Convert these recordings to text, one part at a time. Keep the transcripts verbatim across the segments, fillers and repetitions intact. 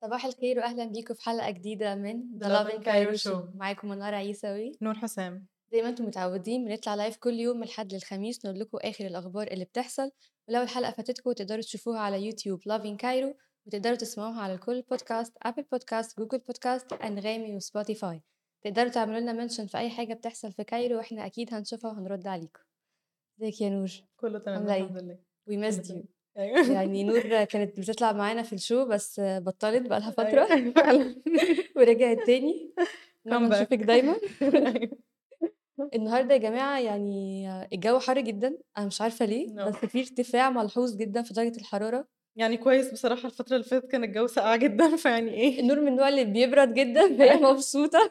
صباح الخير واهلا بيكم في حلقه جديده من The The Love Love and in Cairo Cairo Show. Show. معاكم منار عيسوي. نور حسام. زي ما انتم متعودين بنطلع لايف كل يوم من الحد للخميس نقول لكم اخر الاخبار اللي بتحصل، ولو الحلقه فاتتكم تقدروا تشوفوها على يوتيوب Love in Cairo، وتقدروا تسمعوها على كل بودكاست، ابل بودكاست، جوجل بودكاست، انغامي وسبوتيفاي. تقدروا تعملوا لنا منشن في اي حاجه بتحصل في كايرو واحنا اكيد هنشوفها وهنرد عليكم. ازيك يا نور؟ كله تمام عامله الحمد ايه؟ لله. We كله missed you. تمام. ايوه يعني نور كانت بتطلع معانا في الشو بس بطلت بقالها فترة ايوه فعلا. ورجعت تاني. كم نتمنى نشوفك باك. دايما. ايوه النهاردة يا جماعة يعني الجو حر جدا، أنا مش عارفة ليه no. بس في ارتفاع ملحوظ جدا في درجة الحرارة. يعني كويس بصراحة، الفترة اللي فاتت كان الجو ساقع جدا فيعني ايه. النور من النوع اللي بيبرد جدا فهي مبسوطة.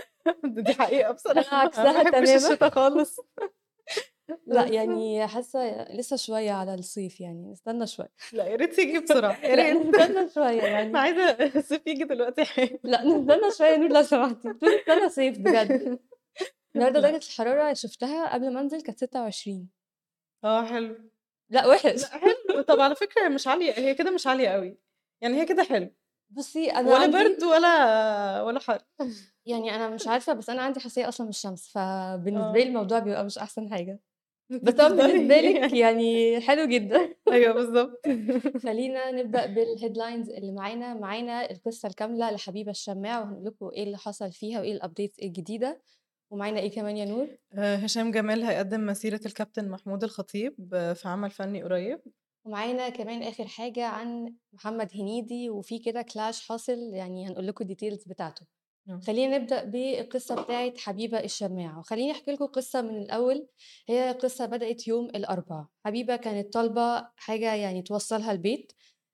دي حقيقة أنا بصراحة، انا ما عكسها بحبش تماما. الشتاء خالص. لا بس يعني حاسة لسه شوية على الصيف، يعني نستنى شوية. لا، يا ريت يجي بسرعة يا لا ريت. نستنى شوية انا يعني. عايزة الصيف يجي دلوقتي حالا. لا نستنى شوية نور لو سمحتي، طول السنة صيف بجد. النهارده لا درجة الحرارة شفتها قبل ما انزل كانت ستة وعشرين. اه حلو. لا وحش. لا حلو، طب على فكرة هي مش عالية، هي كده مش عالية قوي، يعني هي كده حلو. بُصّي، أنا ولا برد عندي ولا ولا حر. يعني أنا مش عارفة، بس أنا عندي حساسية أصلًا من الشمس، فبالنسبة لي آه، الموضوع بيبقى مش أحسن حاجة، أنتِ بس طبعًا بالنسبة بتفضلي لِك يعني حلو جدًا. أيوه بالضبط. خلّينا نبدأ بالheadlines اللي معانا. معانا القصة الكاملة لحبيبة الشماع، وهنقول لكم إيه اللي حصل فيها وإيه الupdates الجديدة، ومعانا إيه كمان يا نور؟ آآ هشام جمال هيقدّم مسيرة الكابتن محمود الخطيب آه، في عمل فني قريب. ومعانا كمان آخر حاجة عن محمد هنيدي، وفي كده clash حاصل يعني هنقول لكم الdetails بتاعته. آه. خلّينا نبدأ بالقصة بتاعة حبيبة الشماعة، وخلّيني أحكي لكم القصة من الأول. هي قصة بدأت يوم الأربعاء. حبيبة كانت طالبة حاجة يعني توصّلها البيت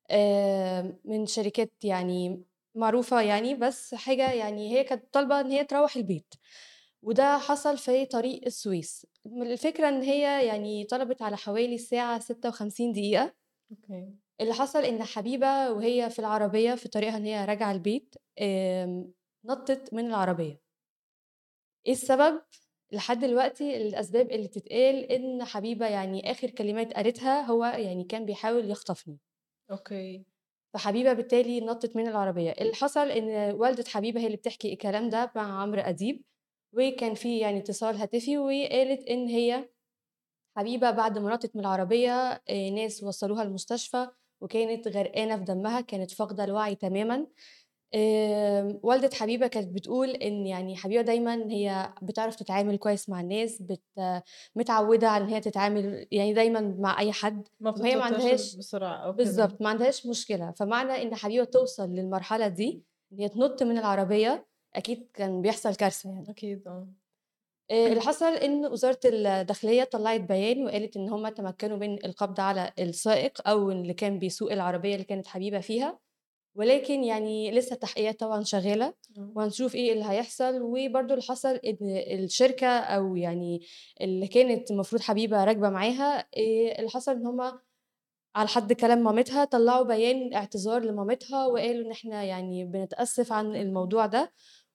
آآ، من شركات يعني معروفة يعني، بس حاجة يعني هي كانت طالبة إن هي تروّح البيت، وده حصل في طريق السويس. م الفكرة إن هي يعني طلبت على حوالي الساعة ستة وخمسين دقيقة. أوكي. اللي حصل إن حبيبة وهي في العربية في طريقها إن هي راجعة البيت آمم، نطِّت من العربية. إيه السبب؟ لحد دلوقتي الأسباب اللي بتتقال إن حبيبة يعني آخر كلمات قالتها هو يعني كان بيحاول يخطفني، أوكي. فحبيبة بالتالي نطِّت من العربية. اللي حصل إن والدة حبيبة هي اللي بتحكي الكلام ده مع عمرو أديب، وكان في يعني اتصال هاتفي وقالت إن هي حبيبة بعد ما نطِّت من العربية آآ ناس وصّلوها المستشفى وكانت غرقانة في دمها، كانت فاقدة الوعي تمامًا. آمم، والدة حبيبة كانت بتقول إن يعني حبيبة دايمًا هي بتعرف تتعامل كويس مع الناس، بت متعوّدة على إن هي تتعامل يعني دايمًا مع أي حد، ما وهي ما بتتوتّرش عندهاش بسرعة أو كده. بالضبط، ما عندهاش مشكلة. فمعنى إن حبيبة توصل للمرحلة دي، إن هي تنُط من العربية، أكيد كان بيحصل كارثة يعني. أكيد آه. آآ اللي حصل إن وزارة الداخلية طلّعت بيان وقالت إن هم تمكّنوا من القبض على السائق أو اللي كان بيسوق العربية اللي كانت حبيبة فيها. ولكن يعني لسه التحقيقات طبعًا شغالة، آه. وهنشوف إيه اللي هيحصل. وبرضه اللي حصل إن الشركة أو يعني اللي كانت المفروض حبيبة راكبة معاها، آآ اللي حصل إن هُم على حد كلام مامتها طلّعوا بيان اعتذار لمامتها، وقالوا إن إحنا يعني بنتأسف عن أوكي. الموضوع ده،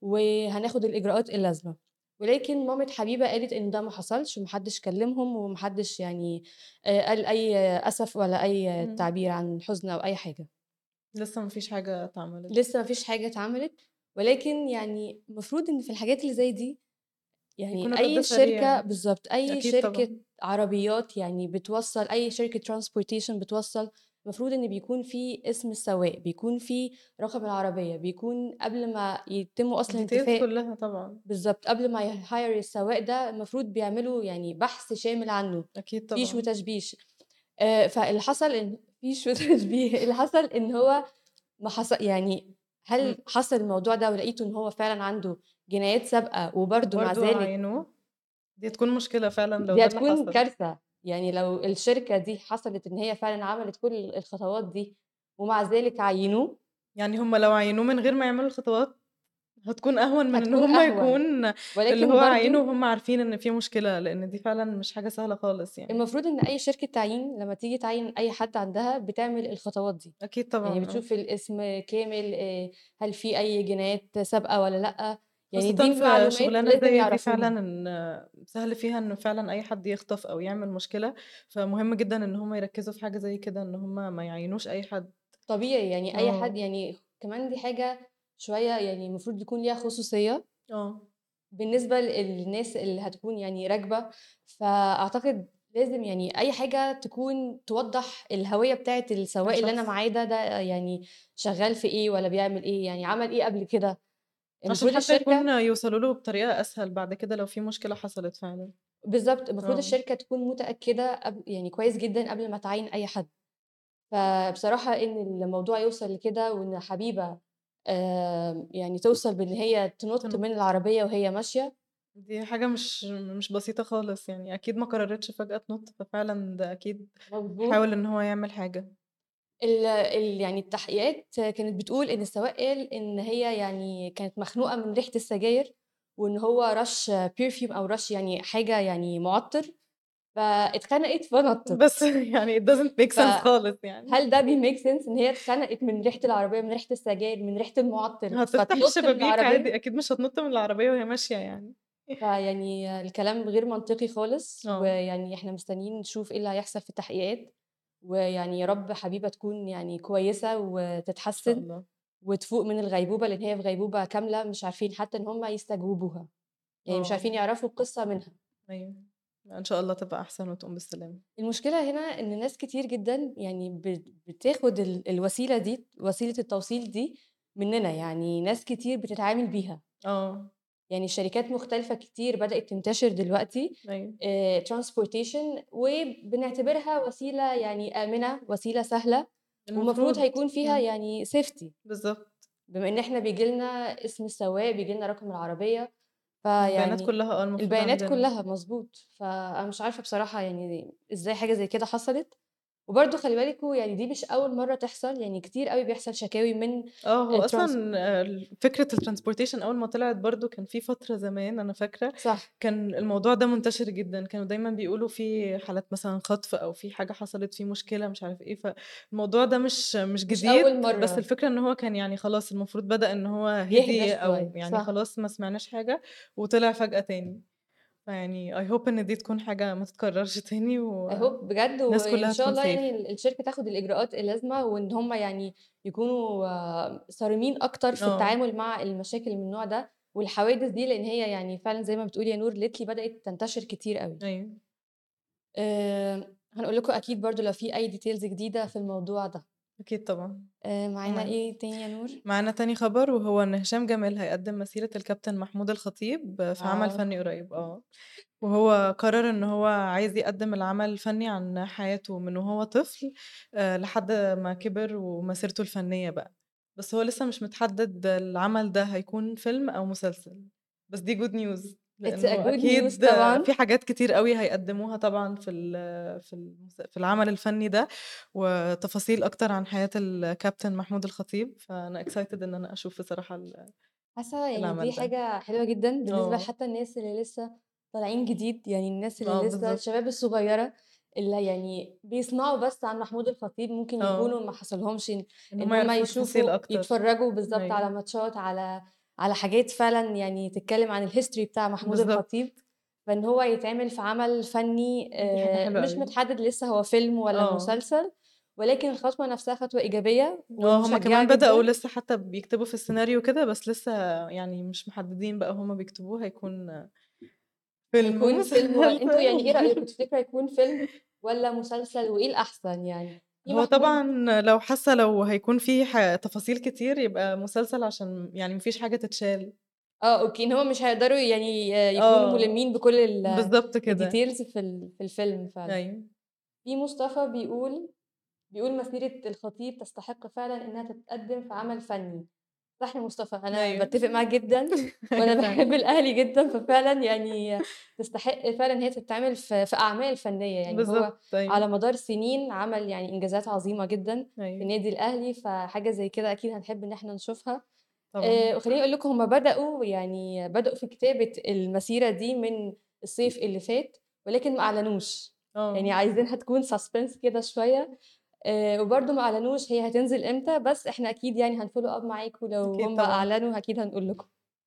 وهناخد الإجراءات اللازمة. ولكن مامة حبيبة قالت إن ده ما حصلش وما حدش كلمهم وما حدش يعني آآ قال أي أسف ولا أي إمم. تعبير عن حزن أو أي حاجة. لسه ما فيش حاجة اتعملت. لسه ما فيش حاجة اتعملت، ولكن يعني المفروض إن في الحاجات اللي زي دي يعني يكون الرَد أي سريع. شركة بالضبط، أي أكيد شركة طبعًا. عربيات يعني بتوصّل أي شركة transportation بتوصّل، المفروض إن بيكون في اسم السواق، بيكون في رقم العربية، بيكون قبل ما يتموا أصلًا الdetails اتفاق كلّها طبعًا. بالضبط، قبل ما يhire السواق ده المفروض بيعملوا يعني بحث شامل عنه، أكيد فيش طبعًا. وتشبيش. آآ، فاللي حصل إن فيش وتشبيه، اللي حصل إن هو ما حص يعني إمم. هل حصل الموضوع ده ولقيتوا إن هو فعلًا عنده جنايات سابقة وبرضه مع وبرضه ذلك عينوه، دي هتكون مشكلة فعلًا لو دي ده اللي هتكون حصل. كارثة. يعني لو الشركة دي حصلت إن هي فعلًا عملت كل الخطوات دي ومع ذلك عيّنوه، يعني هُم لو عينوه من غير ما يعملوا الخطوات هتكون أهون من إن هتكون هُم أهون. يكون اللي هو ولكن عينه برضه وهُم عارفين إن في مشكلة، لإن دي فعلًا مش حاجة سهلة خالص يعني. المفروض إن أي شركة تعيين لمّا تيجي تعيّن أي حد عندها بتعمل الخطوات دي. أكيد يعني طبعًا آه. بتشوف الاسم كامل، آآ هل في أي جنايات سابقة والّا لأ، يعني خاصةً دي في معلومات شغلانة لازم زي دي فعلًا يعرفوها. إن سهل فيها إنه فعلًا أي حد يخطف أو يعمل مشكلة، فمهم جدًا إن هُم يركّزوا في حاجة زي كده، إن هُم ما يعينوش أي حد. طبيعي يعني أي حد آه. يعني كمان دي حاجة شوية يعني المفروض يكون ليها خصوصية آه. بالنسبة للناس اللي هتكون يعني راكبة، فأعتقد لازم يعني أي حاجة تكون توضّح الهوية بتاعة السواق اللي أنا الشخص. معاه ده، ده يعني شغّال في إيه والّا بيعمل إيه، يعني عمل إيه قبل كده. عشان المفروض حتى يكون الشركة يوصلوا له بطريقة أسهل بعد كده لو في مشكلة حصلت فعلًا. بالضبط، المفروض آه. الشركة تكون متأكدة قب يعني كويس جدًا قبل ما تعيّن أي حد. فبصراحة إن الموضوع يوصل لكده وإن حبيبة آمم، يعني توصل بإن هي تنُط تنط. من العربية وهي ماشية. دي حاجة مش مش بسيطة خالص، يعني أكيد ما قررتش فجأة تنط، ففعلًا ده أكيد مضبوط. حاول إن هو يعمل حاجة. ال ال يعني التحقيقات كانت بتقول إن السواق قال إن هي يعني كانت مخنوقة من ريحة السجاير، وإن هو رَش perfume أو رَش يعني حاجة يعني مُعطِّر، فاتخنقت بس فنطِّت. يعني it doesn't make sense خالص يعني. فهل ده بيmake sense إن هي اتخنقت من ريحة العربية، من ريحة السجاير، من ريحة المُعطِّر، هتفتح فتنُط من الشبابيك عادي، العربية؟ أكيد مش هتنط من العربية وهي ماشية يعني. فيعني الكلام غير منطقي خالص، آه. ويعني إحنا مستنيين نشوف إيه اللي هيحصل في التحقيقات، ويعني يا رب حبيبة تكون يعني كويسة إن شاء وتتحسن الله. وتفوق من الغيبوبة، لإن هي في غيبوبة كاملة مش عارفين حتى إن هم يستجوبوها، يعني مش آه. عارفين يعرفوا القصة منها. أيوه. لأ إن شاء الله تبقى أحسن وتقوم بالسلامة. المشكلة هنا إن ناس كتير جدًا يعني بت بتاخد ال الوسيلة دي، وسيلة التوصيل دي مننا، يعني ناس كتير بتتعامل بيها. آه. يعني شركات مختلفة كتير بدأت تنتشر دلوقتي أيوه. آآ transportation وبنعتبرها وسيلة يعني آمنة، وسيلة سهلة، ومفروض المفروض. هيكون فيها إمم. يعني safety بالضبط. بما إن إحنا بييجي لنا اسم السواق، بييجي لنا رقم العربية، البيانات فيعني كلّها آه المفروض البيانات عندنا. كلّها مضبوط، فأنا مش عارفة بصراحة يعني إزاي حاجة زي كده حصلت، وبرضه خلّي بالكم يعني دي مش أول مرّة تحصل، يعني كتير أوي بيحصل شكاوي من آه، هو آآ trans أصلًا ال فكرة الtransportation أول ما طلعت برضه كان في فترة زمان أنا فاكرة، صح. كان الموضوع ده منتشر جدًا، كانوا دايمًا بيقولوا في حالات مثلًا خطف أو في حاجة حصلت، في مشكلة مش عارف إيه، فالموضوع ده مش مش مش جديد، أول بس مرّة، الفكرة إن هو كان يعني خلاص المفروض بدأ إن هو يهدى هدي أو شوية، يعني صح. خلاص ما سمعناش حاجة وطلع فجأة تاني، فيعني I hope إن دي تكون حاجة ما تتكررش تاني I hope بجد والناس وإن كلّها شاء تكون الله safe. يعني ال الشركة تاخد الإجراءات اللازمة، وإن هم يعني يكونوا آه، صارمين أكتر في آه. التعامل مع المشاكل من النوع ده، والحوادث دي لإن هي يعني فعلًا زي ما بتقولي يا نور lately بدأت تنتشر كتير أوي. أيوه. آآ هنقول لكم أكيد برضه لو في أي details جديدة في الموضوع ده. أكيد طبعًا. آآ معانا ومعانا إيه تاني يا نور؟ معانا تاني خبر وهو إن هشام جمال هيقدّم مسيرة الكابتن محمود الخطيب في عمل واو! فني قريب، آه، وهو قرر إن هو عايز يقدّم العمل الفني عن حياته من وهو طفل آآ، لحد ما كبر ومسيرته الفنية بقى، بس هو لسه مش متحدد العمل ده هيكون فيلم أو مسلسل، بس دي good news It's a لإنه good news أكيد طبعًا. في حاجات كتير أوي هيقدّموها طبعًا في ال في المس في العمل الفني ده، وتفاصيل أكتر عن حياة الكابتن محمود الخطيب، فأنا excited إن أنا أشوف بصراحة ال حاسة يعني دي العمل ده. حاجة حلوة جدًا بالنسبة آه. حتى الناس اللي لسه طالعين جديد، يعني الناس آه اللي لسه بالضبط. الشباب الصغيرة اللي يعني بيسمعوا بس عن محمود الخطيب، ممكن آه. يكونوا ما حصلهمش إن إن إن هُم هم يعرفوا تفاصيل يشوفوا أكتر. يتفرّجوا بالضبط أيوه. على ماتشات، على على حاجات فعلًا يعني تتكلّم عن الhistory بتاع محمود بالضبط. الخطيب، فإن هو يتعمل في عمل فني دي حاجة آآ حلوة مش أوي. متحدد لسه هو فيلم والّا آه. مسلسل، ولكن الخطوة نفسها خطوة إيجابية آه، هُم ومشجّعة كمان بدأوا جدًا. لسه حتى بيكتبوا في السيناريو وكده، بس لسه يعني مش محددين بقى هُم بيكتبوه هيكون فيلم، هيكون فيلم و مسلسل. أنتم يعني إيه رأيكم تفتكروا هيكون فيلم والّا مسلسل وإيه الأحسن يعني؟ في هو محمود طبعًا لو حاسة لو هيكون في ح تفاصيل كتير يبقى مسلسل عشان يعني ما فيش حاجة تتشال. آه أوكي، إن هُم مش هيقدروا يعني ي يكونوا آه، ملمين بكل ال بالضبط كده. الdetails في ال في الفيلم فعلًا. أيوه. في مصطفى بيقول بيقول مسيرة الخطيب تستحق فعلًا إنها تتقدم في عمل فني. صح يا مصطفى، أنا أيوه. باتفق معاك جدًا، أيوه وأنا فعلًا. باحب الأهلي جدًا، ففعلًا يعني تستحق فعلًا إن هي تتعمل في في أعمال فنية، يعني هو بالضبط أيوه. على مدار سنين عمل يعني إنجازات عظيمة جدًا في أيوه. النادي الأهلي، فحاجة زي كده أكيد هنحب إن إحنا نشوفها. طبعًا. آآ وخلّيني أقول لكم هُم بدأوا يعني بدأوا في كتابة المسيرة دي من الصيف اللي فات، ولكن ما أعلنوش، يعني آه. عايزينها تكون suspense كده شوية. آآ وبرضه ما أعلنوش هي هتنزل إمتى، بس إحنا أكيد يعني هنfollow up معاكم لو أكيد هم طبعًا. أعلنوا أكيد هنقول لكم.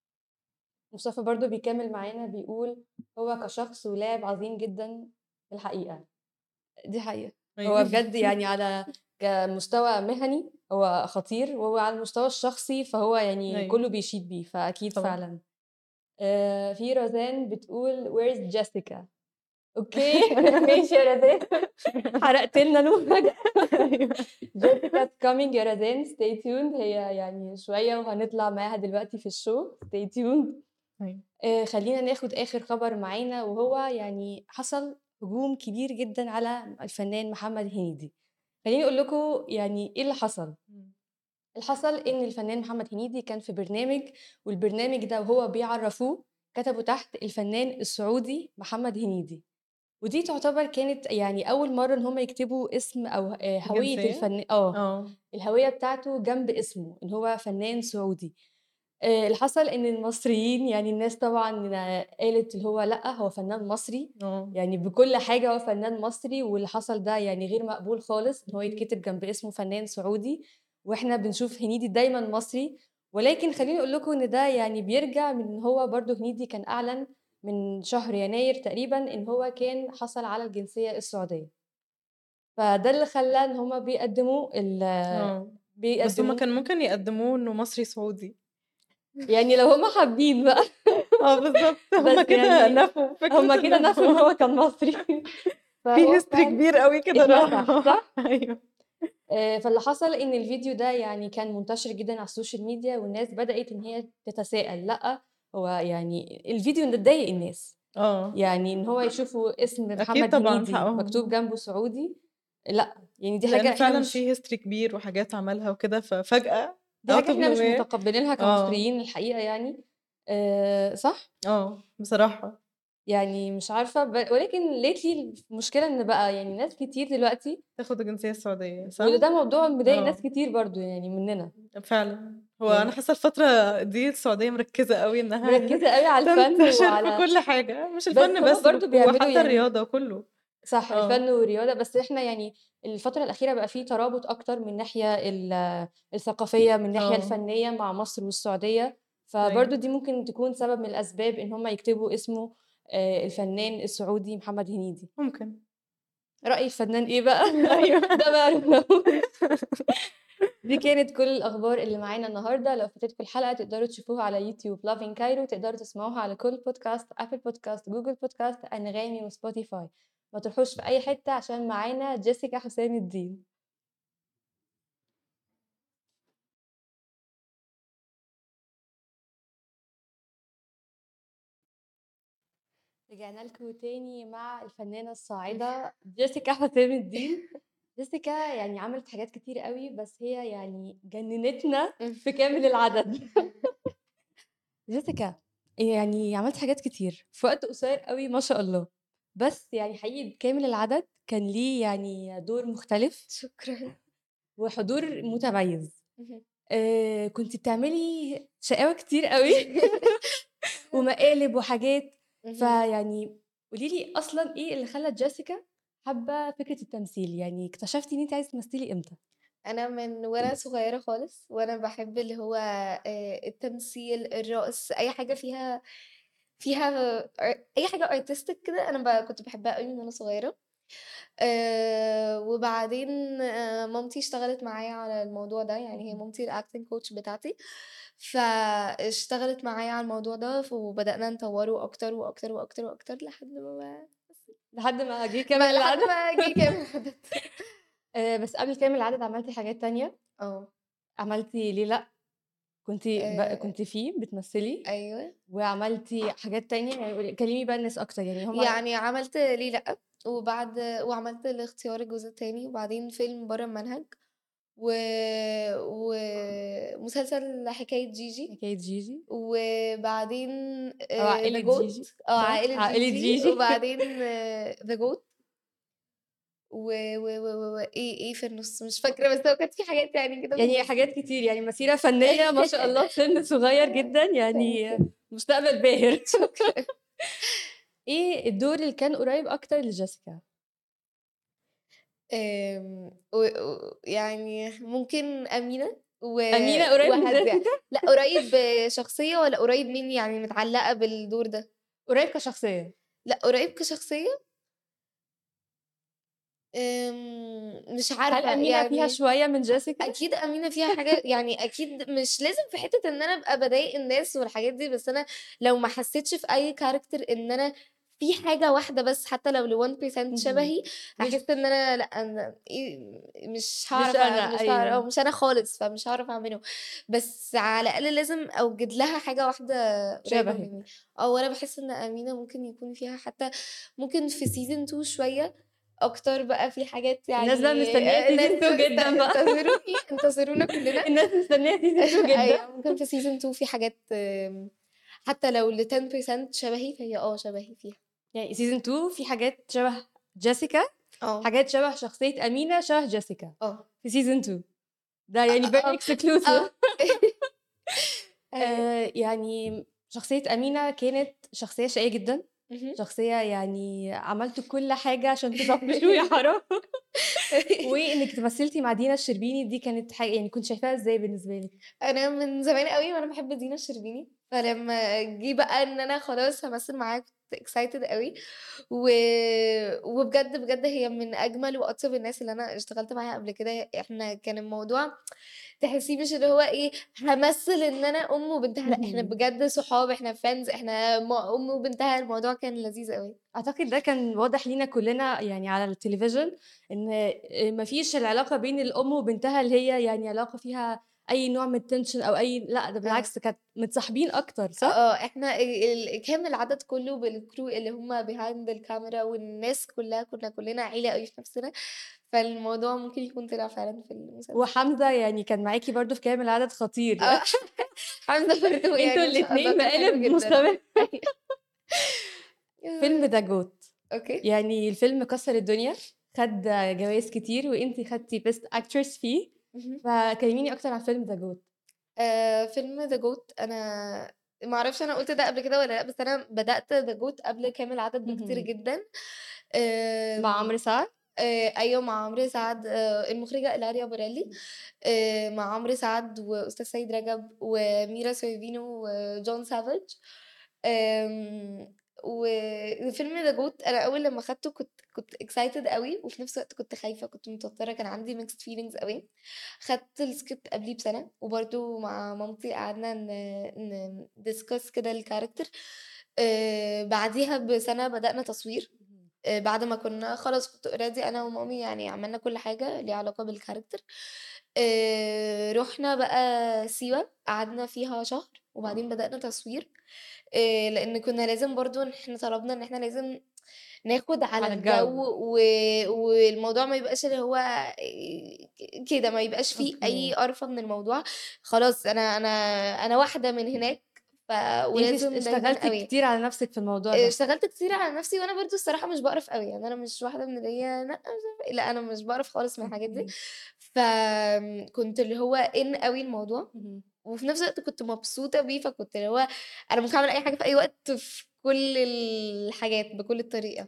مصطفى برضه بيكمّل معانا بيقول: "هو كشخص ولاعب عظيم جدًا في الحقيقة." دي حقيقة. هو أيوه. بجد يعني على كمستوى مهني هو خطير، وهو على المستوى الشخصي فهو يعني أيوه. كُلّه بيشيد بيه، فأكيد طبعًا. فعلًا. آآ في روزان بتقول where is Jessica؟ أوكي ماشي يا روزان حرقتِ لنا المفاجأة. أيوه. Jessica's coming يا روزان stay tuned هي يعني شوية وهنطلع معاها دلوقتي في الshow stay tuned. أيوه. آآ خلّينا ناخد آخر خبر معانا، وهو يعني حصل هجوم كبير جدًا على الفنان محمد هنيدي. خلّيني أقول لكم يعني إيه اللي حصل. إمم. اللي حصل إن الفنان محمد هنيدي كان في برنامج، والبرنامج ده وهو بيعرّفوه كتبوا تحت الفنان السعودي محمد هنيدي، ودي تعتبر كانت يعني أول مرّة إن هم يكتبوا اسم أو آآ هوية الجنسية؟ الفن آه، آه. الهوية بتاعته جنب اسمه، إن هو فنان سعودي. آآ اللي حصل إن المصريين يعني الناس طبعًا قالت اللي هو لأ، هو فنان مصري، آه. يعني بكل حاجة هو فنان مصري، واللي حصل ده يعني غير مقبول خالص إن هو أكيد. يتكتب جنب اسمه فنان سعودي، وإحنا بنشوف هنيدي دايمًا مصري، ولكن خلّيني أقول لكم إن ده يعني بيرجع من إن هو برضه هنيدي كان أعلن من شهر يناير تقريبًا إن هو كان حصل على الجنسية السعودية. فده اللي خلّى إن هُم بيقدّموا ال آه. بس هُم بيقدّموه كان ممكن يقدّموه إنه مصري سعودي. يعني لو هُم حابين بقى. آه بالضبط، هُم بس كده يعني نفوا فكرة هُم كده إنه نفوا إن هو كان مصري. في فهو history فعلًا كبير أوي كده اتمسح راح. صح؟ أيوه. آآ فاللي حصل إن الفيديو ده يعني كان منتشر جدًا على السوشيال ميديا، والناس بدأت إن هي تتساءل، لأ هو يعني الفيديو ده ضايق الناس، آه. يعني إن هو يشوفوا اسم أكيد محمد طبعًا هنيدي مكتوب حقهم. جنبه سعودي، لأ، يعني دي لإن حاجة إحنا فعلًا مش في history كبير وحاجات عملها وكده، ففجأة دي out حاجة of إحنا مش nowhere متقبلينها آه. كمصريين الحقيقة يعني. آآ صح؟ آه، بصراحة. يعني مش عارفة ب ولكن lately المشكلة إن بقى يعني ناس كتير دلوقتي تاخد الجنسية السعودية وده صح؟ ده موضوع مضايق ناس آه. كتير برضه يعني مننا. فعلًا. هو أنا يعني حاسة الفترة دي السعودية مركّزة أوي إنها مركّزة أوي على الفن تنتشر في وعلى كل حاجة، مش بس الفن هُم بس برضه بيعملوا وحتى يعني الرياضة كله. صح، آه. الفن والرياضة، بس إحنا يعني الفترة الأخيرة بقى في ترابط أكتر من الناحية ال الثقافية، من الناحية آه. الفنية مع مصر والسعودية، أيوه. فبرضه دي ممكن تكون سبب من الأسباب إن هُم يكتبوا اسمه آآ الفنان السعودي محمد هنيدي. ممكن. رأي الفنان إيه بقى؟ أيوه. ده بقى نقوله. دي كانت كل الأخبار اللي معانا النهارده، لو فاتتكم الحلقة تقدروا تشوفوها على يوتيوب lovin Cairo، تقدروا تسمعوها على كل بودكاست، أبل بودكاست، جوجل بودكاست، أنغامي، وسبوتيفاي. ما تروحوش في أي حتة عشان معانا جيسيكا حسام الدين. رجعنا لكم تاني مع الفنانة الصاعدة جيسيكا حسام الدين. جيسيكا يعني عملت حاجات كتير أوي، بس هي يعني جننتنا في كامل العدد. جيسيكا يعني عملتِ حاجات كتير في وقت قصير أوي ما شاء الله، بس يعني حقيقي بكامل العدد كان ليه يعني دور مختلف شكرًا. وحضور متميز. اهم. آآ كنتِ بتعملي شقاوة كتير أوي ومقالب وحاجات، اهم. فيعني قولي لي أصلًا إيه اللي خلّى جيسيكا حابة فكرة التمثيل، يعني اكتشفتِ إن أنتِ عايزة تمثلي إمتى؟ أنا من وأنا صغيرة خالص وأنا باحب اللي هو آآ التمثيل، الرقص، أي حاجة فيها فيها أ أي حاجة artistic كده أنا ب كنت باحبها أوي من وأنا صغيرة. آآ وبعدين آآ مامتي اشتغلت معايا على الموضوع ده، يعني هي اهم. مامتي الacting coach بتاعتي، فاشتغلت معايا على الموضوع ده، ف وبدأنا نطوّره أكتر وأكتر وأكتر وأكتر لحد ما لحد ما جه كامل ما لحد العدد. ما جه كام العدد. آآ بس قبل كامل العدد عملتِ حاجات تانية، آه. عملتِ ليه لأ، كنتِ ب آآ كنتِ فيه بتمثلي؟ أيوه. وعملتِ حاجات تانية؟ يعني قولي كلميني بقى الناس أكتر، يعني هم يعني عملت ليه لأ، وبعد وعملت الاختيار الجزء التاني، وبعدين فيلم برّه المنهج، و ومسلسل حكاية جيجي، حكاية جيجي وبعدين أو آآ عائلة The جيجي، Goat آه صح؟ عائلة عائلة جيجي، جيجي. وبعدين The Goat و و و و وإيه إيه في النُص مش فاكرة، بس هو كانت في حاجات يعني كده في يعني النُص. حاجات كتير، يعني مسيرة فنية ما شاء الله في سِن صغير جدًا، Thank يعني you. مستقبل باهر. شكرًا. إيه الدور اللي كان قريب أكتر لجيسيكا؟ آمم و و يعني ممكن أمينة و أمينة قريب من وهادية. جيسيكا؟ لأ قريب شخصية والّا قريب مني يعني متعلقة بالدور ده؟ قريب كشخصية. لأ قريب كشخصية. آمم مش هل عارفة أمينة فيها يعني شوية من جيسيكا؟ أكيد أمينة فيها حاجة يعني أكيد مش لازم في حتة إن أنا أبقى باضايق الناس والحاجات دي، بس أنا لو ما حسيتش في أي character إن أنا في حاجة واحدة بس حتى لو ل1% اهم. شبهي، مش هاحس إن أنا لأ أنا إيه مش مش هاعرف أ أنا، مش هاعر آه أيوه. مش أنا خالص، فمش هاعرف أعمله، بس على الأقل لازم أوجد لها حاجة واحدة قريبة شبهِك. مني. آه، وأنا باحس إن أمينة ممكن يكون فيها حتى ممكن في season two شوية أكتر بقى في حاجات الناس بقى يعني مستنية آآ season الناس two است جدًا بقى. انتظروني، انتظرونا كلنا. الناس مستنية season two جدًا. أيوه، ممكن في season two في حاجات آمم، حتى لو ل10% شبهي فهي آه شبهي فيها. يعني season two في حاجات شبه جيسيكا، آه، حاجات شبه شخصية أمينة شبه جيسيكا آه، في season two. ده أ يعني أ very آه، exclusive. آه. أيوه. آآ يعني شخصية أمينة كانت شخصية شقية جدًا، اهم. شخصية يعني عملتوا كل حاجة عشان تطفشوه يا حرام. وإنِّك مثلتِ مع دينا الشربيني دي كانت حاجة يعني كنتِ شايفاها إزاي بالنسبة لِك؟ أنا من زمان أوي وأنا باحب دينا الشربيني، فلمّا جه بقى إن أنا خلاص هامثّل معاها كنت excited أوي، و وبجد، بجد هي من أجمل وأطيب الناس اللي أنا اشتغلت معاها قبل كده، إحنا كان الموضوع تحسّيه مش اللي هو إيه، هامثّل إن أنا أم وبنتها، لأ إحنا اهم. بجد صحاب، إحنا friends، إحنا م أم وبنتها، الموضوع كان لذيذ أوي. أعتقد ده كان واضح لينا كلنا يعني على التلفزيون إن آآ ما فيش العلاقة بين الأم وبنتها اللي هي يعني علاقة فيها أي نوع من الtension أو أي لأ، ده آه. بالعكس كانت متصاحبين أكتر، صح؟ آه، إحنا ال ال كان العدد كلّه بالcrew اللي هم behind الكاميرا والناس كلّها كنا كلّنا عيلة أوي في نفسنا، فالموضوع ممكن يكون طلع فعلًا في المسلسل. وحمزة يعني كان معاكِ برضه في كامل العدد خطير آه، يعني. حمزة برضه أنتم يعني ما شاء الله الاتنين كان حلو مقالب جدًا. مستمر. فيلم أيوه. داجوت، أوكي. يعني الفيلم كسّر الدنيا، خَد جوايز كتير وأنتِ خدتِ best actress فيه، اهم. فكلميني أكتر عن فيلم داجوت. آآ فيلم The Goat أنا ما أعرفش أنا قُلت ده قبل كده والّا لأ، بس أنا بدأت The Goat قبل كامل العدد بكتير اهم. جدًا. مع آمم عمرو سعد؟ آآ أيوه مع عمرو سعد آآ المخرجة إيلاريا بورelli آآ مع عمرو سعد وأستاذ سيد رجب وميرا سورفينو وجون سافيج. آمم وفيلم The Goat أنا أول لمّا خدته كنت كنت excited أوي وفي نفس الوقت كنت خايفة، كنت متوترة، كان عندي mixed feelings أوي. خدت الscript قبليه بسنة وبرضه مع مامتي قعدنا ن ن discuss كده الcharacter. آآ بعديها بسنة بدأنا تصوير. اهم. آآ بعد ما كنا خلاص كنت already أنا ومامي يعني عملنا كل حاجة ليها علاقة بالcharacter. آآ رُحنا بقى سيوة، قعدنا فيها شهر، وبعدين بدأنا تصوير. آآ لإن كنا لازم برضه إحنا طلبنا إن إحنا لازم ناخد على على الجو الجو. و والموضوع ما يبقاش اللي هو آآ ك كده، ما يبقاش في أي أوكي. قرفة من الموضوع. خلاص أنا أنا أنا واحدة من هناك، ف يعني أنتِ اشت ولازم ده يبان اشتغلتِ أوي. كتير على نَفْسِك في الموضوع آآ ده. اشتغلت كتير على نفسي وأنا برضه الصراحة مش باقرف أوي، يعني أنا مش واحدة من اللي هي لأ مش عارفة إيه، لأ أنا مش باقرف خالص من الحاجات دي. أوكي. فآمم كنت اللي هو in أوي الموضوع، اهم. وفي نفس الوقت كنت مبسوطة بيه، فكنت اللي هو أنا ممكن أعمل أي حاجة في أي وقت في كل الحاجات بكل الطريقة.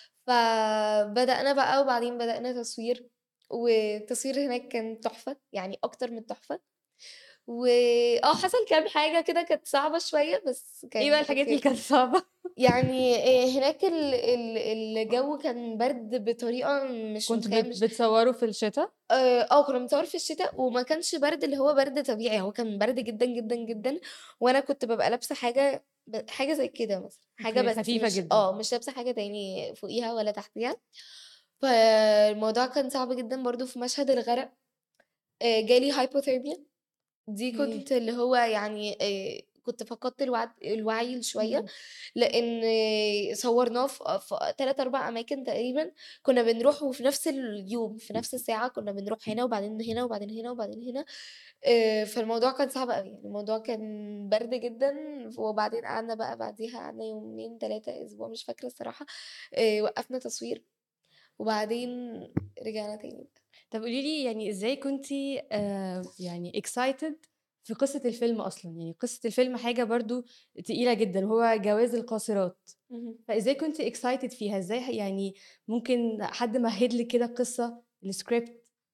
فبدأنا بقى وبعدين بدأنا تصوير، والتصوير هناك كان تحفة، يعني أكتر من تحفة. وآه حصل كام حاجة كده كانت صعبة شوية، بس إيه بقى كان الحاجات اللي أوكي. كانت صعبة؟ يعني آآ هناك ال ال الجو كان برد بطريقة مش كنتم متخيلة بت مش بتصوّروا في الشتا؟ آآ آه، كنا بنصوّر في الشتا وما كانش برد اللي هو برد طبيعي، هو كان برد جدًا، جدًا، جدًا. وأنا كنت بابقى لابسة حاجة ب حاجة زي كده مثلًا، حاجة أوكي، بس خفيفة مش جدًا. آه، مش لابسة حاجة تاني فوقيها ولا تحتيها. فالموضوع كان صعب جدًا برضه في مشهد الغرق. آآ جالي hypothermia. دي أوكي. كنت اللي هو يعني آآ كنت فقدت الوعد الوعي لشوية، اهم. لإن صوّرناه في في تلات، أربع أماكن تقريبًا. كنا بنروح وفي نفس اليوم، في نفس الساعة كنا بنروح هنا وبعدين هنا وبعدين هنا وبعدين هنا. آآ فالموضوع كان صعب أوي، يعني الموضوع كان برد جدًا. وبعدين قعدنا بقى بعديها قعدنا يومين، تلاتة، أسبوع مش فاكرة الصراحة. آآ وقّفنا تصوير وبعدين رجعنا تاني. طب قولي لي يعني إزاي كنتِ آآ يعني excited في قصة الفيلم أصلًا؟ يعني قصة الفيلم حاجة برضه تقيلة جدًا وهو جواز القاصرات، اهم. فإزاي كنتِ excited فيها؟ إزاي ح يعني ممكن حد مهِّد لِك كده القصة، الscript؟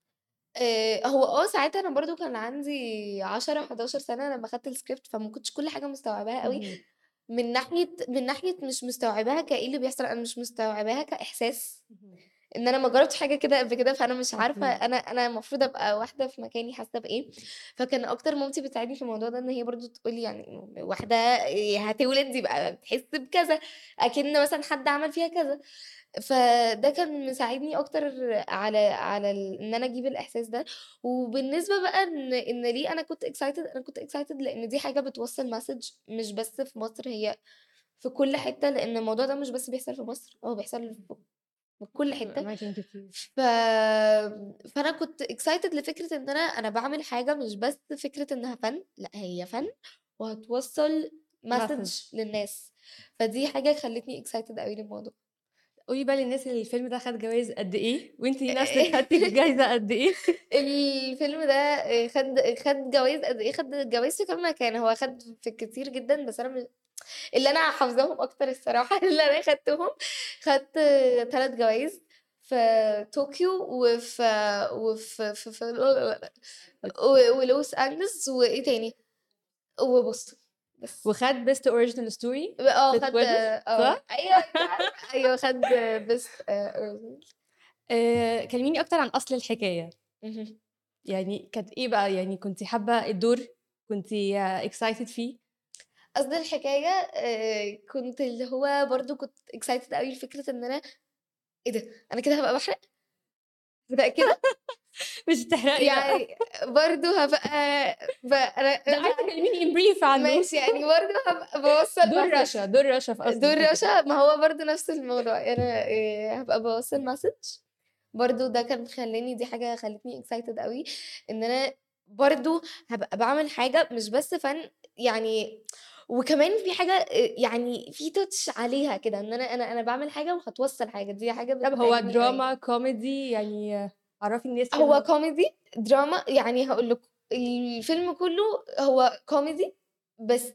آآ هو آه، ساعتها أنا برضه كان عندي عشرة، حداشر سَنة لمّا خدت الscript، فما كنتش كل حاجة مستوعباها أوي. اهم. من ناحية من ناحية مش مستوعباها كإيه اللي بيحصل، أنا مش مستوعباها كإحساس. اهم. إن أنا ما جربتش حاجة كده قبل كده، فأنا مش عارفة أوكي. أنا أنا المفروض أبقى واحدة في مكاني حاسة بإيه. فكان أكتر مامتي بتساعدني في الموضوع ده، إن هي برضه تقول لي يعني إنه واحدة آآ هتولد يبقى بتحس بكذا، أكِن مثلًا حد عمل فيها كذا. فده كان مساعدني أكتر على على ال إن أنا أجيب الإحساس ده. وبالنسبة بقى إن إن ليه أنا كنت excited، أنا كنت excited لإن دي حاجة بتوصّل message مش بس في مصر، هي في كل حتة، لإن الموضوع ده مش بس بيحصل في مصر، هو بيحصل في في كل في حتة. أماكن كتير. ف فأنا كنت excited لفكرة إن أنا أنا باعمل حاجة مش بس فكرة إنها فن، لأ هي فن وهتوصّل message. message للناس. فدي حاجة خلّتني excited أوي للموضوع. قولي بقى للناس الفيلم ده خد جوايز قد إيه وأنتِ نفسِك خدتِ الجايزة قد إيه؟ الفيلم ده آآ خد خد جوايز قد إيه، خد جوايز في كام مكان، هو خد في كتير جدًا، بس أنا م اللي أنا حافظاهم أكتر الصراحة اللي أنا خدتهم، خدت ثلاث جوايز في طوكيو وفي وفي في في و ولوس أنجلوس وإيه تاني، وبوسطن، بس. وخد best original story آه في خد Swedish آه، صح؟ أيوه أنتِ عارفة، أيوه خد best آآ original. آآ كلميني أكتر عن أصل الحكاية، اهم. يعني كانت إيه بقى، يعني كنتِ حابة الدور، كنتِ excited فيه؟ قصد الحكاية آآ كنت اللي هو برضه كنت excited أوي لفكرة إن أنا إيه ده! أنا كده هابقى باحرق! متأكدة؟ مش هتحرقي لأ. يعني برضه هابقى ب أنا لأ أنا مش عايزة عارفة. تكلميني in brief عنه. ماشي، يعني برضه هابقى باوصّل دور message. رشا، دور رشا في أصل دور الحكاية. رشا ما هو برضه نفس الموضوع، أنا آآ هابقى باوصّل message. برضه ده كان خلّاني دي حاجة خلّتني excited أوي، إن أنا برضه هابقى باعمل حاجة مش بس فَن، يعني وكمان في حاجة آآ يعني في touch عليها كده، إن أنا أنا أنا باعمل حاجة وهتوصّل حاجة، دي حاجة طب هو بتعجبني أوي. دراما، كوميدي، يعني عرّفي الناس هو كده. كوميدي، دراما، يعني هاقول لكم الفيلم كُلّه هو كوميدي، بس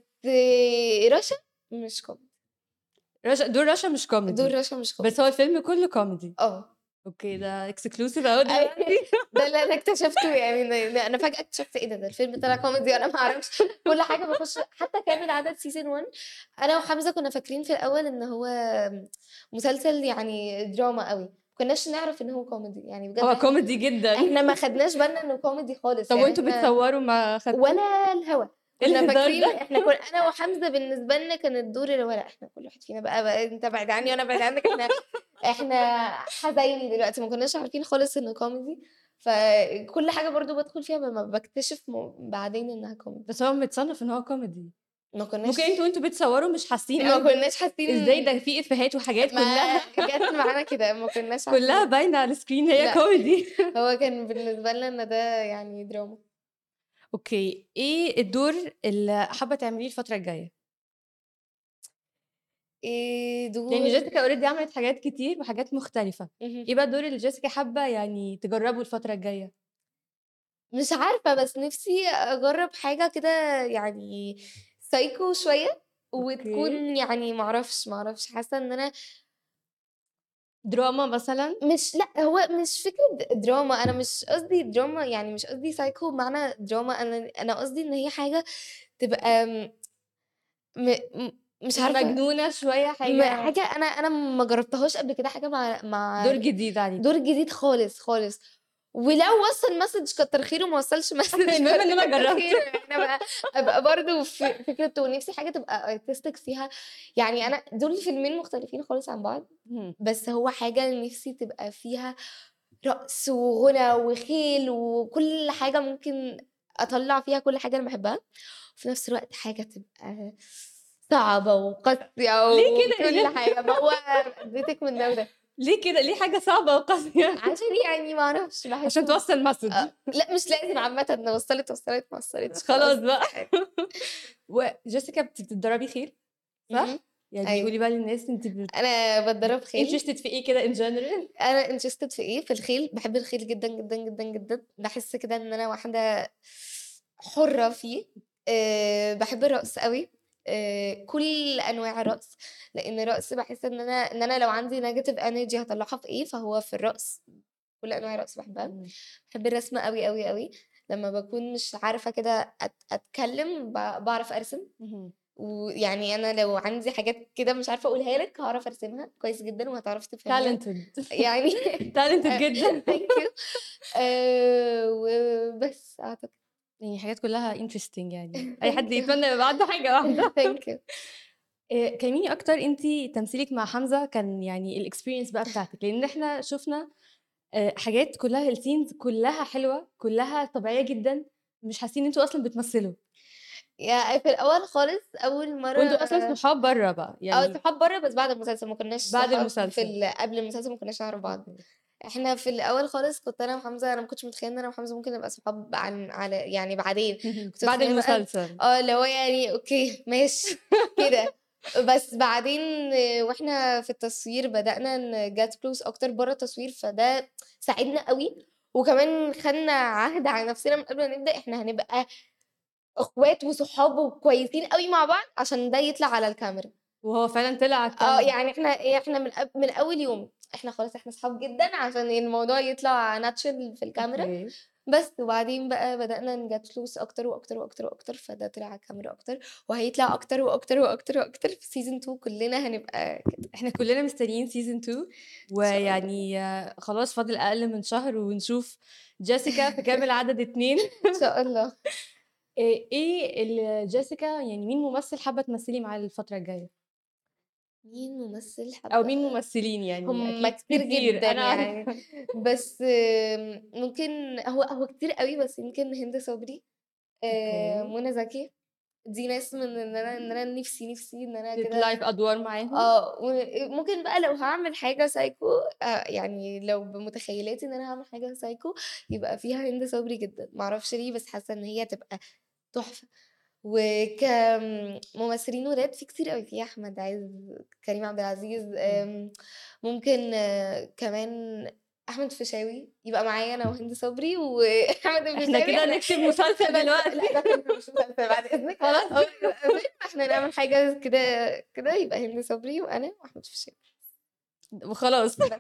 رشا مش كوميدي. رشا دور رشا مش دور كوميدي، رشا مش بس هو كوميدي. الفيلم كلّه كوميدي. آه. أوكي، ده exclusive أهو أي دلوقتي. ده اللي أنا اكتشفته، يعني إن إن أنا فجأة اكتشفت إيه ده، ده الفيلم طلع كوميدي وأنا ما أعرفش. كل حاجة باخش حتى كامل عدد season one، أنا وحمزة كنا فاكرين في الأول إن هو مسلسل يعني دراما أوي، ما كناش نعرف إن هو كوميدي، يعني بجد هو إحنا كوميدي جدًا. إحنا ما خدناش بالنا إنه كوميدي خالص، طب يعني وأنتم إحنا بتصوّروا ما خدتوش ولا الهوا. إيه كنا الهزار فاكرين ده؟ إحنا كن أنا وحمزة بالنسبة لنا كان الدور اللي هو لأ، إحنا كل واحد فينا بقى بقى أنت بعيد عني وأنا بعيد عنك، إحنا إحنا حبايبي دلوقتي، ما كناش عارفين خالص إنه كوميدي. فكل حاجة برضه بادخل فيها لمّا باكتشف م بعدين إنها كوميدي. بس هو متصنّف إن هو كوميدي. ما ممكن كناش أنتم وأنتم بتصوّروا مش حاسين ما أوي ب كناش حاسين. إزاي ده في إفيهات وحاجات ما كلّها جات معانا كده، ما كناش كلّها عارفين. باينة على الscreen هي لأ، كوميدي. هو كان بالنسبة لنا إن ده يعني دراما. أوكي، إيه الدور اللي حابة تعمليه الفترة الجاية؟ آآ يعني دور جيسيكا already عملت حاجات كتير وحاجات مختلفة، اهم. إيه بقى الدور اللي جيسيكا حابة يعني تجرّبه الفترة الجاية؟ مش عارفة، بس نِفْسي أجرّب حاجة كده يعني psycho شوية، أوكي، وتكون يعني ما أعرفش، ما أعرفش، حاسة إن أنا دراما مثلًا؟ مش لأ، هو مش فكرة د دراما، أنا مش قصدي دراما، يعني مش قصدي psycho بمعنى دراما، أنا أنا قصدي إن هي حاجة تبقى م م م مش عارفة، مجنونة شوية، م حاجة حاجة أنا أنا ما جرّبتهاش قبل كده، حاجة مع مع دور جديد عليكِ. دور جديد خالص، خالص. ولو وصّل message كتّر خيره، ما وصّلش message المهم إن برضه أنا كتّر جرّبت. خيره، يعني أنا أبقى أبقى برضه في فكرة، ونِفْسي حاجة تبقى artistic فيها. يعني أنا دول فيلمين مختلفين خالص عن بعض، اهم. بس هو حاجة نِفْسي تبقى فيها رقص وغُنى وخيل وكل حاجة ممكن أطلّع فيها كل حاجة أنا باحبها، وفي نَفْس الوقت حاجة تبقى صعبة وقاسية ليه كده يا وكل جيسيكا؟ حاجة، ما هو اديتِك من ده وده. ليه كده؟ ليه حاجة صعبة وقاسية؟ عشان يعني ما أعرفش باحس عشان إن توصّل message. آه، لأ مش لازم عامةً، لو وصّلت وصّلت، ما وصّلتش خلاص خلاص بقى. يعني. وجيسيكا بت بتتدرّبي خيل، اهم. صح؟ يعني أيوه. قولي بقى للناس أنتِ بت أنا باتدرّب خيل. interested في إيه كده in general؟ أنا interested في إيه، في الخيل، باحب الخيل جدًا، جدًا، جدًا، جدًا. باحس كده إن أنا واحدة حُرة فيه. آآ باحب الرقص أوي، آآ كل أنواع الرقص، لإن الرقص باحس إن أنا إن أنا لو عندي negative energy هاطلّعها في إيه، فهو في الرقص. كل أنواع الرقص باحبها. إمم. باحب الرسم أوي، أوي، أوي. لمّا باكون مش عارفة كده أت أتكلّم ب باعرف أرسم. اهم. ويعني أنا لو عندي حاجات كده مش عارفة أقولها لك هاعرف أرسمها كويس جدًا وهتعرفي تفهميها. talented يعني talented آآ جدًا. thank you. آآ وبس أعتقد. يعني حاجات كلّها interesting يعني، أي حد يتمنى يبقى عنده حاجة واحدة. thank you. آآ كلميني أكتر أنتِ تمثيلِك مع حمزة كان يعني الexperience بقى بتاعتِك، لإن إحنا شُفنا آآ حاجات كلّها الscenes كلّها حلوة، كلّها طبيعية جدًا، مش حاسين إن أنتم أصلًا بتمثلوا. يا في الأول خالص أول مرة وأنتم أصلًا صحاب برّه بقى، آه يعني صحاب برّه بس بعد المسلسل ما كناش بعد صحاب في المسلسل. ال قبل المسلسل ما كناش نعرف بعض. أوكي. إحنا في الأول خالص كنت أنا وحمزة أنا ما كنتش متخيلة إن أنا وحمزة ممكن نبقى صحاب عن على يعني بعدين، كنت بعد متخيلة بقى المسلسل. آه اللي هو يعني أوكي ماشي كده. بس بعدين وإحنا في التصوير بدأنا نget close أكتر برّه التصوير، فده ساعدنا أوي، وكمان خدنا عهد على نفسنا من قبل ما نبدأ إحنا هنبقى أخوات وصحاب وكويسين أوي مع بعض عشان ده يطلع على الكاميرا. وهو فعلًا طلع على آه الكاميرا. يعني إحنا إحنا من قب من أول يوم إحنا خلاص إحنا صحاب جدًا عشان الموضوع يطلع natural في الكاميرا، أوكي. بس وبعدين بقى بدأنا نget close أكتر وأكتر وأكتر وأكتر، فده طلع على الكاميرا أكتر، وهيطلع أكتر وأكتر وأكتر وأكتر في season two كلنا هنبقى كده. إحنا كلّنا مستنيين season two إن شاء الله. ويعني آه، خلاص فاضل أقل من شهر ونشوف جيسيكا في كامل عدد اتنين. إن شاء الله. آآ إيه ال جيسيكا يعني مين ممثل حابة تمثلي معاه الفترة الجاية؟ مين ممثل أو حابة مين ممثلين يعني هم أكيد كتير كتير جدًا أنا يعني، عارفة. بس آمم ممكن هو هو كتير أوي بس يمكن هند صبري، آآ أوكي. منى زكي، دي ناس من إن أنا إن أنا نِفْسي، نِفْسي إن أنا كده تطلعي في أدوار معاهم؟ آه، وممكن بقى لو هاعمل حاجة psycho آآ يعني لو بمتخيلاتي إن أنا هاعمل حاجة psycho يبقى فيها هند صبري جدًا، ما أعرفش ليه بس حاسة إن هي هتبقى تحفة. وكممثلين ولاد في كتير أوي، في أحمد عز، كريم عبد العزيز، إمم. آمم ممكن آه، كمان أحمد الفيشاوي يبقى معايا أنا وهند صبري وأحمد إحنا الفيشاوي كده إحنا نكتب مسلسل بس دلوقتي. لأ ده فيلم مش مسلسل بعد إذنك، خلاص. هو يبقى فيلم إحنا نعمل حاجة كده كده يبقى هند صبري وأنا وأحمد الفيشاوي وخلاص. بس.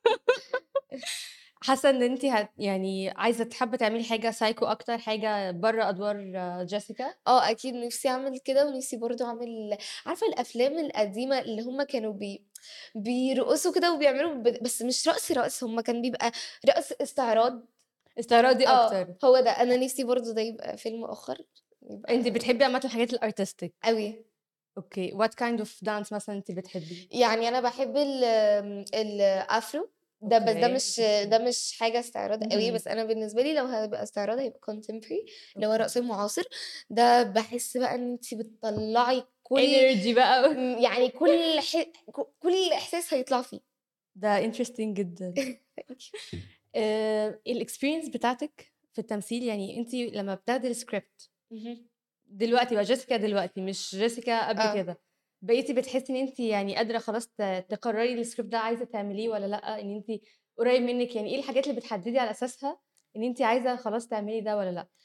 حاسة إن أنتِ هت يعني عايزة ت حابة تعملي حاجة psycho أكتر، حاجة برّه أدوار جيسيكا؟ آه أكيد نِفْسي أعمل كده، ونِفْسي برضه أعمل عارفة الأفلام القديمة اللي هُم كانوا بي بيرقصوا كده وبيعملوا ب بس مش رقص، رقص هُم كان بيبقى رقص استعراض. استعراضي آه، أكتر. هو ده، أنا نِفْسي برضه ده يبقى فيلم آخر، أنتِ يبقى بتحبي عامةً الحاجات الartistic. أوي. أوكي. what kind of dance مثلًا أنتِ بتحبيه؟ يعني أنا باحب ال آمم الأفرو ده بس ده أوكي. مش ده interesting. مش حاجة استعراض أوي، اهم. بس أنا بالنسبة لي لو هيبقى استعراض هيبقى contemporary اللي هو أوكي. الرقص المعاصر، ده باحس بقى إن أنتِ بتطلّعي كل energy بقى. إمم، يعني كل ح ك كل إحساس هيطلع فيه. ده interesting جدًا. Thank you. آآ الexperience بتاعتِك في التمثيل، يعني أنتِ لمّا بتاخدي الscript اهم. دلوقتي بقى جيسيكا دلوقتي مش جيسيكا قبل آه. كده، بقيتِ بتحسي إن أنتِ يعني قادرة خلاص ت تقرري الscript ده عايزة تعمليه والّا لأ، إن أنتِ قريب منِّك، يعني إيه الحاجات اللي بتحددي على أساسها إن أنتِ عايزة خلاص تعملي ده والّا لأ؟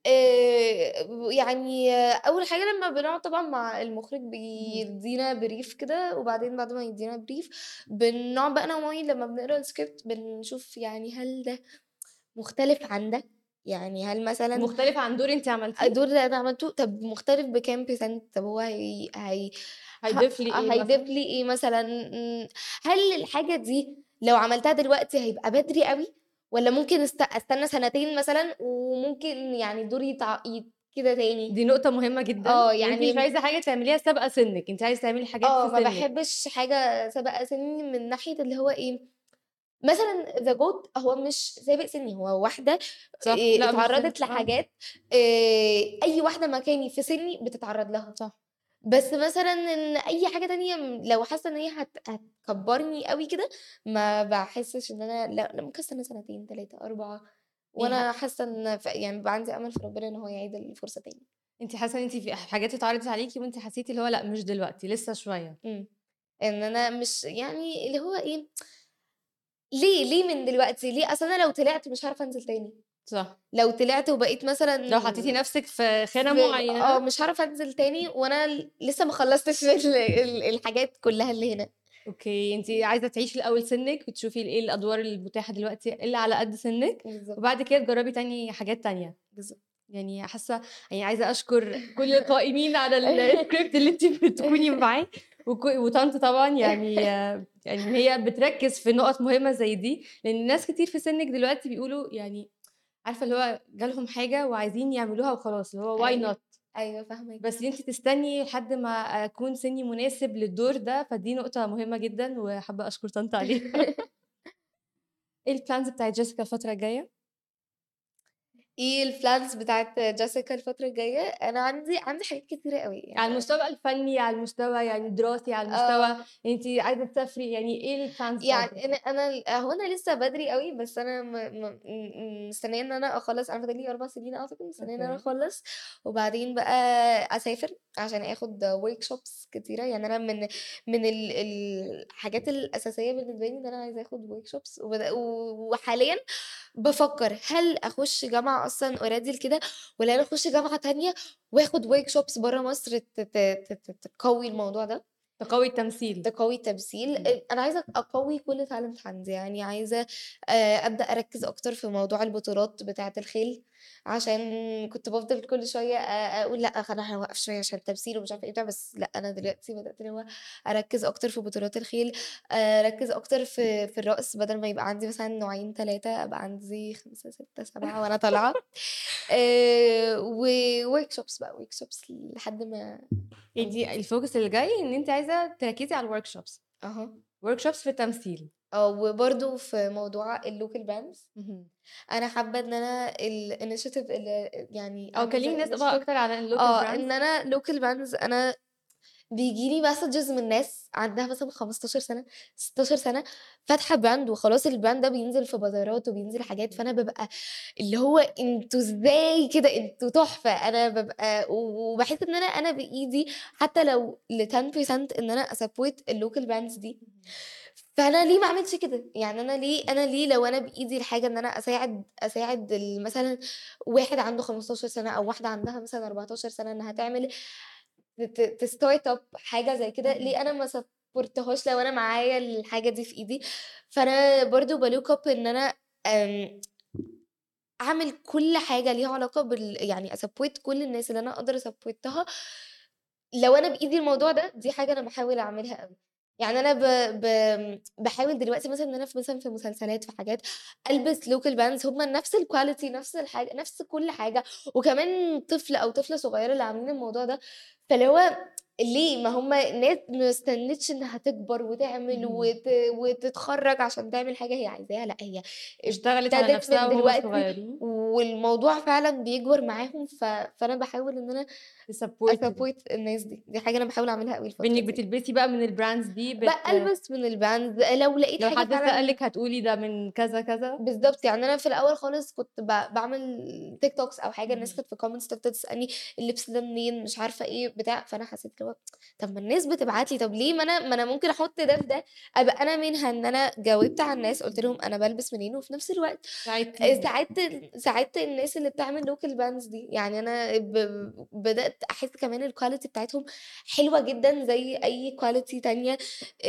آآ ب يعني أول حاجة لمّا بنقعد طبعًا مع المُخرج اهم. بيدّينا brief كده، وبعدين بعد ما يدّينا brief بنقعد بقى أنا ومامي لمّا بنقرا الscript بنشوف يعني هل ده مختلف عن ده؟ يعني هل مثلًا مختلف عن دور أنتِ عملتيه؟ الدور اللي أنا عملته طب مختلف بكام percent طب هو هي هي ه هيضيف لي إيه هيضيف مثلًا؟ لي إيه مثلًا؟ إمم، هل الحاجة دي لو عملتها دلوقتي هيبقى بدري أوي، والّا ممكن است أستنى سنتين مثلًا وممكن يعني دوري يتع ي كده تاني؟ دي نقطة مهمة جدًا، آه، يعني أنتِ مش يعني عايزة حاجة تعمليها سابقة سنِّك، أنتِ عايزة تعملي حاجات آه، في ما سنِّك. باحبش حاجة سابقة سني من ناحية اللي هو إيه، مثلًا The Goat هو مش سابق سني، هو واحدة صح. آآ لأ مش سن اتعرّضت آه. لحاجات آآ أي واحدة مكاني في سني بتتعرّض لها. صح. بس مثلًا إن أي حاجة تانية م لو حاسة إن هي هت هتكبّرني أوي كده، ما باحسّش إن أنا لأ، لأ ممكن أستنى سنتين، تلاتة، أربعة يعني ح وأنا حاسة إن ف يعني بيبقى عندي أمل في ربنا إن هو يعيد الفرصة تاني. أنتِ حاسة إن أنتِ في حاجات اتعرضت عليكِ وأنتِ حسيتِ اللي هو لأ مش دلوقتي، لسه شوية. إمم. إن أنا مش يعني اللي هو إيه، ليه، ليه من دلوقتي؟ ليه؟ أصل أنا لو طلعت مش هاعرف أنزل تاني، صح. لو طلعت وبقيت مثلًا لو حطيتِ نفسِك في خانة في معينة. آه، مش هاعرف أنزل تاني وأنا ل لسه ما خلّصتش ال ال الحاجات كلّها اللي هنا. أوكي. أنتِ عايزة تعيشي الأول سنِّك وتشوفي إيه الأدوار المتاحة دلوقتي اللي على قد سنِّك، بالضبط، وبعد كده تجربي تاني حاجات تانية. بالضبط. يعني حاسة يعني عايزة أشكر كل القائمين على الscript اللي أنتِ بتكوني معاه، وك وطنط طبعًا يعني يعني إن هي بتركّز في نُقط مهمة زي دي، لإن ناس كتير في سِنِّك دلوقتي بيقولوا يعني عارفة اللي هو جالهم حاجة وعايزين يعملوها وخلاص، اللي هو why أيوه، not؟ أيوه فاهماكِ. بس أنتِ تستني لحد ما أكون سِنّي مناسب للدور ده، فدي نقطة مهمة جدًا وحابة أشكر طنط عليها. إيه الplans بتاعة جيسيكا الفترة الجاية؟ إيه الplans بتاعة جيسيكا الفترة الجاية؟ أنا عندي عندي حاجات كتيرة أوي على يعني المستوى الفني، على المستوى يعني الدراسي، على المستوى آه. أنتِ عايزة تسافري، يعني إيه الplans بتاعة يعني أنا جيسيكا؟ أنا ال هو أنا لسه بدري أوي، بس أنا م م م مستنية إن أنا أخلّص. أنا فاضل لي أربع سنين أعتقد، مستنية إن أنا أوكي. أخلّص، وبعدين بقى أسافر عشان آخُد workshops كتيرة. يعني أنا من من ال الحاجات الأساسية بالنسبة لي إن أنا عايزة آخُد workshops وبد وحاليًا بافكّر هل أخُش جامعة أصلًا already لكده، والّا أنا أخُش جامعة تانية وآخُد workshops برّه مصر ت ت ت ت تقوي الموضوع ده. تقوي التمثيل. تقوي التمثيل. اهم. آآ أنا عايزة أقوي كل talent عندي، يعني عايزة آآ أبدأ أركّز أكتر في موضوع البطولات بتاعة الخيل، عشان كنت بافضل كل شوية أ أقول لأ أنا هاوقّف شوية عشان التمثيل ومش عارفة إيه وبتاع، بس لأ أنا دلوقتي بدأت اللي هو أركّز أكتر في بطولات الخيل، آآ أركّز أكتر في في الرقص بدل ما يبقى عندي مثلًا نوعين تلاتة أبقى عندي خمسة، ستة، سبعة وأنا طالعة. آآ وworkshops بقى workshops لحد ما أنتِ أموت. الfocus اللي جاي إن أنتِ عايزة تركّزي على الworkshops، أها. workshops في التمثيل. آه، وبرضه في موضوع الlocal bands اهم. أنا حابة إن أنا الinitiative اللي يعني آه، أعمل كلّمي زي الناس بقى initiative. أكتر على الlocal آه، إن brands. أنا local bands أنا بييجي لي messages من ناس عندها مثلًا خمستاشر سنة، ستاشر سنة، فاتحة brand وخلاص الbrand ده بينزل في بازارات وبينزل حاجات، فأنا بابقى اللي هو أنتم إزاي كده، أنتم تحفة. أنا بابقى و وباحس إن أنا أنا بإيدي حتى لو لعشرة في المية إن أنا أsupport الlocal bands دي. اهم. فأنا ليه ما أعملش كده؟ يعني أنا ليه أنا ليه لو أنا بإيدي الحاجة إن أنا أساعد أساعد ال مثلًا واحد عنده خمستاشر سنة أو واحدة عندها مثلًا أربعتاشر سنة إنها تعمل ت ت تstart up حاجة زي كده، اهم. ليه أنا ما سبورتهاش لو أنا معايا الحاجة دي في إيدي؟ فأنا برضه بlook up إن أنا آمم أعمل كل حاجة ليها علاقة بال يعني أsupport كل الناس اللي أنا أقدر أسبورتها لو أنا بإيدي الموضوع ده، دي حاجة أنا باحاول أعملها أوي. يعني أنا ب ب باحاول دلوقتي مثلًا إن أنا في مثلًا في مسلسلات، في حاجات، ألبس local bands هم نفس الquality نفس الحاجة، نفس كل حاجة، وكمان طفل أو طفلة صغيرة اللي عاملين الموضوع ده، فاللي هو ليه؟ ما هم ناس ما استنتش إنها تكبر وتعمل اهم. وت وتتخرّج عشان تعمل حاجة هي عايزاها، لأ هي اشتغلت على ابتدت نفسها من وهُم دلوقتي صغيرين والموضوع فعلًا بيكبر معاهم. ف فأنا باحاول إن أنا تسبورتي ده. أsupport الناس دي، دي حاجة أنا باحاول أعملها أوي الفترة بإنِّك دي. بتلبسي بقى من الbrands دي بت بالبس من البراند لو لقيت لو حاجة حد فعلًا سألِك هتقولي ده من كذا، كذا؟ بالضبط. يعني أنا في الأول خالص كنت ب باعمل تيك توكس أو حاجة، الناس اهم. كانت في comments تفضل تسألني اللبس ده منين، مش عارفة إيه، بتاع، فأنا حسيت اللي هو طب ما الناس بتبعت لي، طب ليه ما أنا ما أنا ممكن أحط ده في ده، أبقى أنا منها إن أنا جاوبت على الناس، قُلت لهم أنا بالبس منين، وفي نفس الوقت آآ ساعدتيهم. ساعدت ال ساعدت الناس اللي بتعمل local bands دي. يعني أنا ب بدأت أحس كمان الquality بتاعتهم حلوة جدًا زي أي quality تانية.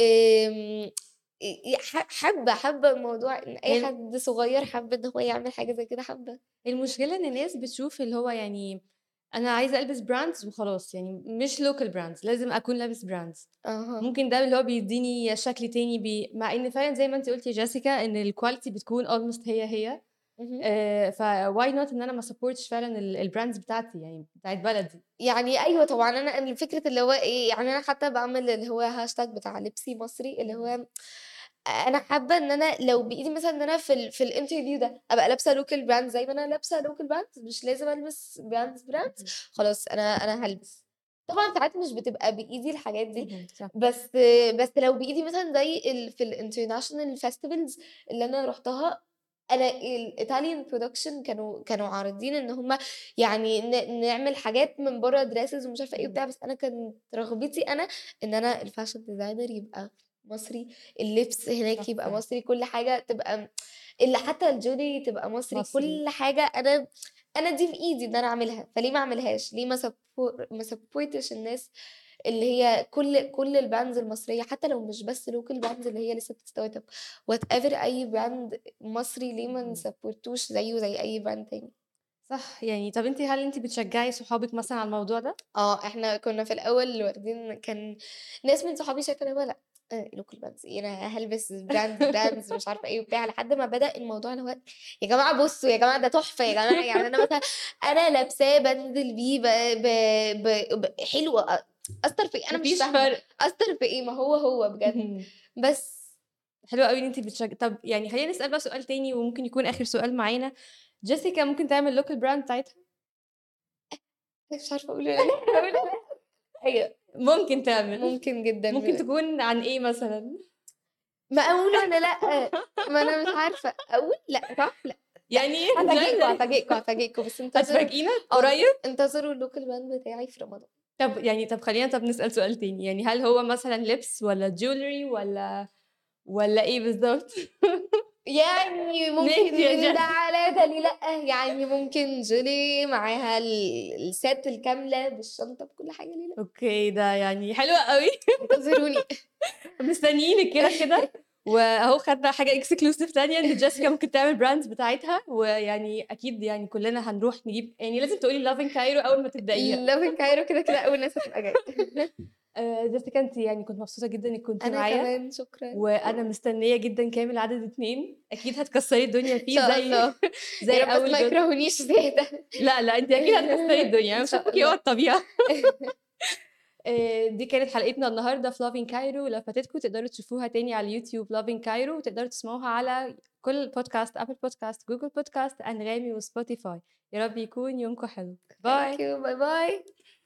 آمم آآ ح حابة حابة الموضوع إن أي هي حد صغير حَب إن هو يعمل حاجة زي كده، حابة. المشكلة إن الناس بتشوف اللي هو يعني أنا عايزة ألبس brands وخلاص، يعني مش local brands، لازم أكون لابس brands. أها. ممكن ده اللي هو بيدّيني شكل تاني بي مع إن فعلًا زي ما أنتِ قُلتِ يا جيسيكا إن الquality بتكون almost هي، هي. اهم. آآ فwhy not إن أنا ما أسبورتش فعلًا ال الbrands بتاعتي يعني بتاعة بلدي. يعني أيوه طبعًا. أنا أنا فكرة اللي هو إيه، يعني أنا حتى باعمل اللي هو hashtag بتاع لبسي مصري، اللي اهم. هو أنا حابة إن أنا لو بإيدي مثلًا إن أنا في ال في الinterview ده أبقى لابسة local brand زي ما أنا لابسة local brands، مش لازم ألبس brands brands، اهم. خلاص أنا أنا هالبس. طبعًا ساعات مش بتبقى بإيدي الحاجات دي، اهم. صح. بس بس لو بإيدي مثلًا زي ال في الinternational festivals اللي أنا رُحتها، أنا الItalian production كانوا كانوا عارضين إن هم يعني ن نعمل حاجات من برّه dresses ومش عارفة إيه اهم. وبتاع، بس أنا كانت رغبتي أنا إن أنا الfashion designer يبقى مصري، اللبس هناك يبقى تحفة. مصري، كل حاجة تبقى ال حتى الjewelry تبقى مصري، مصري. كل حاجة أنا أنا دي في إيدي إن أنا أعملها، فليه ما أعملهاش؟ ليه ما سبو ما سبورتش الناس اللي هي كل كل البراندز المصرية، حتى لو مش بس local brands اللي هي لسه بتstart up whatever أي brand مصري ليه ما اهم. نسبورتوش زيه زي أي brand تاني؟ صح، يعني طَب أنتِ هل أنتِ بتشجّعي صحابِك مثلًا على الموضوع ده؟ آه، إحنا كنا في الأول واخدين كان ناس من صحابي شايفة اللي هو لأ، آآ local brands إيه أنا هالبس brands brands مش عارفة إيه وبتاع، لحد ما بدأ الموضوع اللي هو يا جماعة بصوا، يا جماعة ده تحفة، يا جماعة يعني أنا مثلًا أنا لابساه بانزل بيه ب ب ب ب حلو أ أثّر في إيه؟ ما أنا مش فيش فاهمة، فرق. أثّر في إيه؟ ما هو، هو بجد. اهم. بس حلو أوي إن أنتِ بتشج طَب يعني خلّينا نسأل بقى سؤال تاني وممكن يكون آخر سؤال معانا، جيسيكا ممكن تعمل local brand بتاعتها؟ مش عارفة أقول والّا لأ، أقول والّا لأ؟ أيوه، ممكن تعمل. ممكن جدًا ممكن ب تكون عن إيه مثلًا؟ ما أقول والّا لأ؟ ما أنا مش عارفة، أقول؟ لأ صح؟ لأ، لأ، يعني هافاجئكم، هافاجئكم، هافاجئكم، بس انتظروا هتفاجئينا آه، قريب؟ انتظروا الlocal band بتاعي في رمضان. طَب يعني طَب خلّينا طَب نسأل سؤال تاني، يعني هل هو مثلًا لبس والّا jewelry والّا والّا إيه بالضبط؟ يعني ماشي ممكن يا من ده جيس على ده ليه لأ، يعني ممكن جولي معاها ال الset الكاملة بالشنطة بكل حاجة ليه لأ، أوكي، ده يعني حلو أوي. انتظروني. مستنيينِك كده، كده، وأهو خدنا حاجة exclusive تانية إن جيسيكا ممكن تعمل brands بتاعتها، ويعني أكيد يعني كلنا هنروح نجيب يعني لازم تقولي loving Cairo أول ما تبدأيها. loving Cairo كده، كده أول ناس هتبقى جاية. آآ جيسيكا أنتِ يعني كنت مبسوطة جدًا إنِّك كنتِ أنا معايا، كمان شكرًا. وأنا مستنية جدًا كامل عدد اتنين أكيد هتكسّري الدنيا إن فيه شاء زي الله، زي يا رب بس أول ما جزء. يكرهونيش زيادة. لا، لأ، أنتِ أكيد هتكسّري الدنيا، أنا إن مش شاء هاسيبِك هو الله. الطبيعة. آآ دي كانت حلقتنا النهارده في loving Cairo، لو فاتتكم تقدروا تشوفوها تاني على اليوتيوب loving Cairo، وتقدروا تسمعوها على كل podcast Apple podcast Google podcast أنغامي وSpotify. يا رب يكون يومكم حلو. Thank باي. you. Bye bye.